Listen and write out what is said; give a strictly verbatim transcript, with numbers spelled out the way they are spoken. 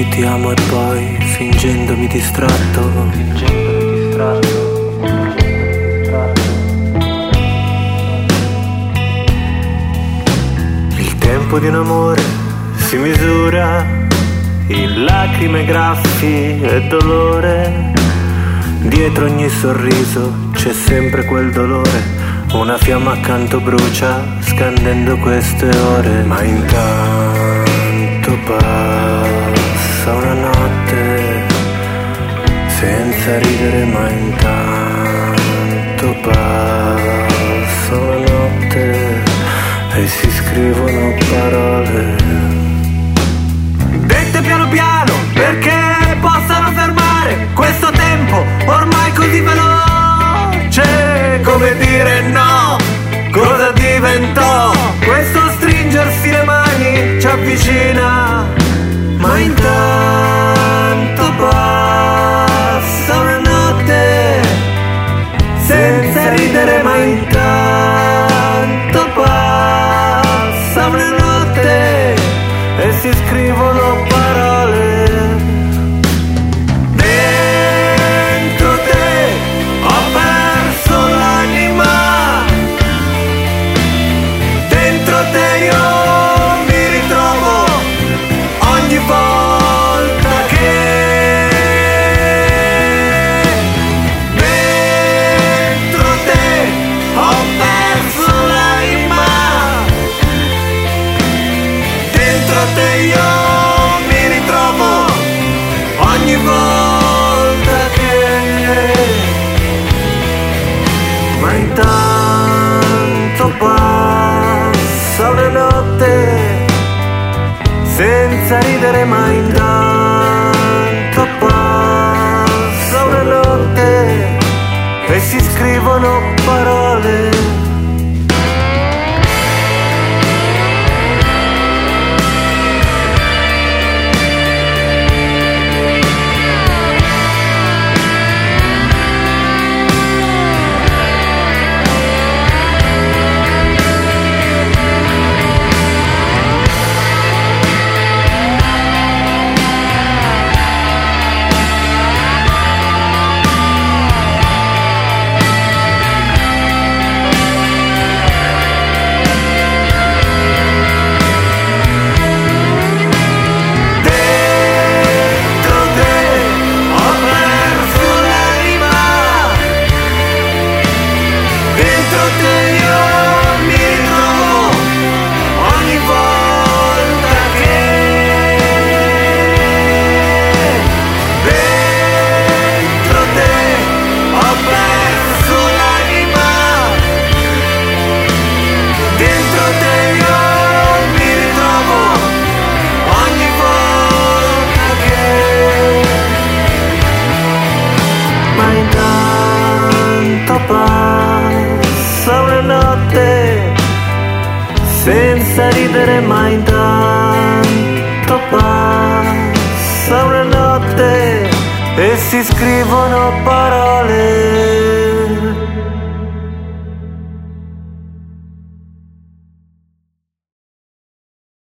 dici ti amo e poi fingendomi distratto, fingendomi distratto, fingendomi distratto. Il tempo di un amore si misura in lacrime, graffi e dolore. Dietro ogni sorriso c'è sempre quel dolore. Una fiamma accanto brucia, scandendo queste ore. Ma intanto passa una notte senza ridere, ma intanto passa una notte e si scrivono parole dette piano piano perché possano fermare questo tempo ormai così veloce. Come dire no, cosa diventò questo stringersi le mani ci avvicina. Ma intanto passa una notte senza ridere, ma intanto passa una notte e si scrivono parole. Dentro te ho perso l'anima, dentro te io mi ritrovo ogni volta che dentro te ho perso l'anima, dentro te io mi ritrovo ogni volta che. Ma intanto passa una notte senza ridere, ma intanto passa una notte e si scrivono parole. Senza ridere, ma intanto passa una notte e si scrivono parole.